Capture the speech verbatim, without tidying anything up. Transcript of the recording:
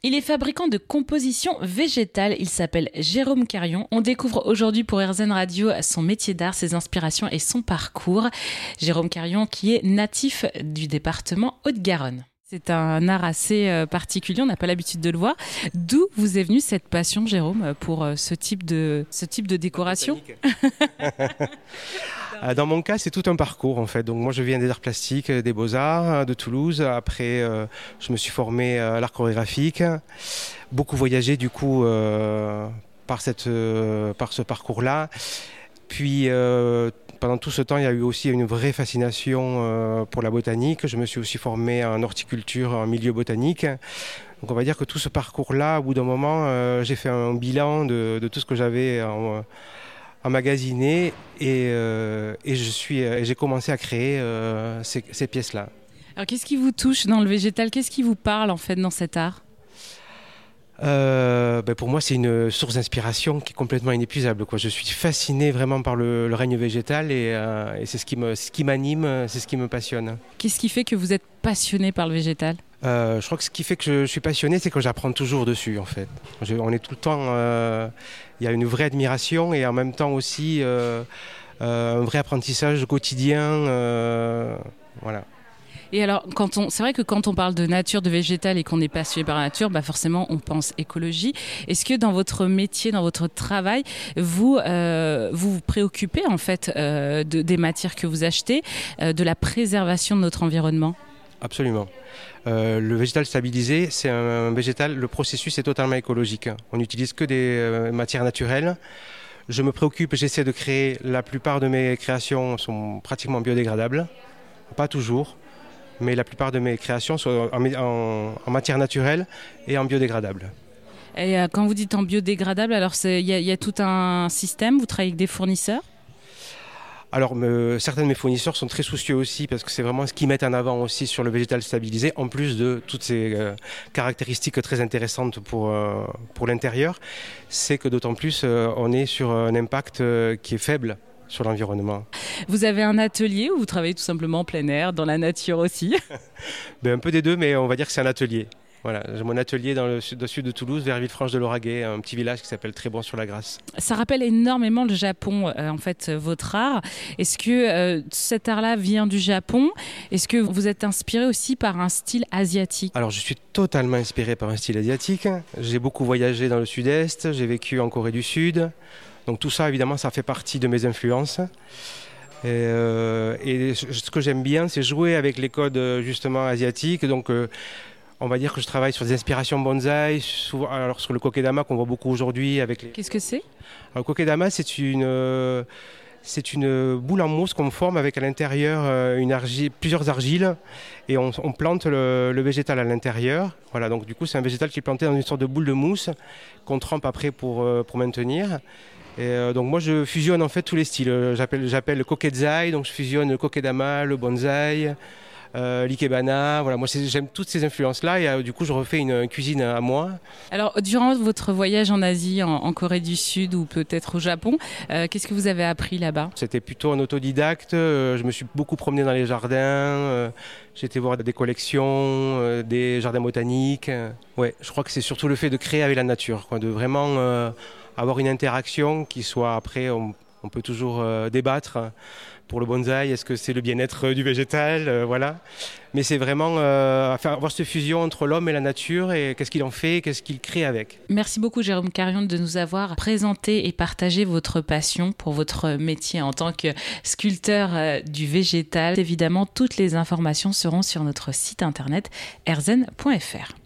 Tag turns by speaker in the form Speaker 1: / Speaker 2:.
Speaker 1: Il est fabricant de compositions végétales. Il s'appelle Jérôme Carion. On découvre aujourd'hui pour RZN Radio son métier d'art, ses inspirations et son parcours. Jérôme Carion qui est natif du département Haute-Garonne. C'est un art assez particulier, on n'a pas l'habitude de le voir. D'où vous est venue cette passion, Jérôme, pour ce type de, ce type de décoration ?
Speaker 2: Dans mon cas, c'est tout un parcours en fait. Donc moi, je viens des arts plastiques, des beaux-arts de Toulouse. Après, euh, je me suis formé à l'art chorégraphique. Beaucoup voyagé du coup euh, par, cette, euh, par ce parcours-là. Puis euh, pendant tout ce temps, il y a eu aussi une vraie fascination euh, pour la botanique. Je me suis aussi formé en horticulture, en milieu botanique. Donc on va dire que tout ce parcours-là, au bout d'un moment, euh, j'ai fait un bilan de, de tout ce que j'avais en, emmagasiné et, euh, et, je suis, et j'ai commencé à créer euh, ces, ces pièces-là.
Speaker 1: Alors qu'est-ce qui vous touche dans le végétal ? Qu'est-ce qui vous parle en fait dans cet art ?
Speaker 2: Euh, ben pour moi, c'est une source d'inspiration qui est complètement inépuisable, quoi. Je suis fasciné vraiment par le, le règne végétal et, euh, et c'est ce qui me, ce qui m'anime, c'est ce qui me passionne.
Speaker 1: Qu'est-ce qui fait que vous êtes passionné par le végétal ?
Speaker 2: euh, Je crois que ce qui fait que je, je suis passionné, c'est que j'apprends toujours dessus, en fait. Je, on est tout le temps... Euh, il y a une vraie admiration et en même temps aussi euh, euh, un vrai apprentissage quotidien. Euh, voilà.
Speaker 1: Et alors, quand on, c'est vrai que quand on parle de nature, de végétal et qu'on est passionné par la nature, bah forcément, on pense écologie. Est-ce que dans votre métier, dans votre travail, vous euh, vous, vous préoccupez en fait euh, de, des matières que vous achetez, euh, de la préservation de notre environnement ?
Speaker 2: Absolument. Euh, le végétal stabilisé, c'est un, un végétal, le processus est totalement écologique. On n'utilise que des euh, matières naturelles. Je me préoccupe, j'essaie de créer, la plupart de mes créations sont pratiquement biodégradables, pas toujours. Mais la plupart de mes créations sont en, en, en matière naturelle et en biodégradable.
Speaker 1: Et euh, quand vous dites en biodégradable, alors il y, y a tout un système, vous travaillez avec des fournisseurs ?
Speaker 2: Alors me, certains de mes fournisseurs sont très soucieux aussi parce que c'est vraiment ce qu'ils mettent en avant aussi sur le végétal stabilisé, en plus de toutes ces euh, caractéristiques très intéressantes pour, euh, pour l'intérieur, c'est que d'autant plus euh, on est sur un impact euh, qui est faible sur l'environnement.
Speaker 1: Vous avez un atelier où vous travaillez tout simplement en plein air, dans la nature aussi ?
Speaker 2: ben, Un peu des deux, mais on va dire que c'est un atelier. Voilà, j'ai mon atelier dans le sud, sud de Toulouse, vers Villefranche-de-Lauragais, un petit village qui s'appelle Trébons-sur-la-Grasse.
Speaker 1: Ça rappelle énormément le Japon, euh, en fait, votre art. Est-ce que euh, cet art-là vient du Japon ? Est-ce que vous êtes inspiré aussi par un style asiatique ?
Speaker 2: Alors, je suis totalement inspiré par un style asiatique. J'ai beaucoup voyagé dans le sud-est, j'ai vécu en Corée du Sud. Donc tout ça, évidemment, ça fait partie de mes influences. Et, euh, et ce que j'aime bien, c'est jouer avec les codes justement asiatiques. Donc, euh, on va dire que je travaille sur des inspirations bonsaï, souvent, alors sur le kokedama qu'on voit beaucoup aujourd'hui. Avec les...
Speaker 1: Qu'est-ce que c'est ?
Speaker 2: Alors, le kokedama, c'est une, euh, c'est une boule en mousse qu'on forme avec à l'intérieur euh, une argile, plusieurs argiles et on, on plante le, le végétal à l'intérieur. Voilà, donc du coup, c'est un végétal qui est planté dans une sorte de boule de mousse qu'on trempe après pour, euh, pour maintenir. Et euh, donc moi je fusionne en fait tous les styles, j'appelle, j'appelle le kokenzai, donc je fusionne le kokedama, le bonsaï, euh, l'ikebana, voilà, moi c'est, j'aime toutes ces influences-là et euh, du coup je refais une, une cuisine à moi.
Speaker 1: Alors durant votre voyage en Asie, en, en Corée du Sud ou peut-être au Japon, euh, qu'est-ce que vous avez appris là-bas ?
Speaker 2: C'était plutôt un autodidacte, euh, je me suis beaucoup promené dans les jardins, euh, j'ai été voir des collections, euh, des jardins botaniques, euh, ouais, je crois que c'est surtout le fait de créer avec la nature, quoi, de vraiment... Euh, avoir une interaction qui soit après, on, on peut toujours euh, débattre pour le bonsaï, est-ce que c'est le bien-être du végétal, euh, voilà. Mais c'est vraiment euh, faire, avoir cette fusion entre l'homme et la nature et qu'est-ce qu'il en fait, qu'est-ce qu'il crée avec.
Speaker 1: Merci beaucoup Jérôme Carion de nous avoir présenté et partagé votre passion pour votre métier en tant que sculpteur euh, du végétal. Évidemment, toutes les informations seront sur notre site internet r z n point f r.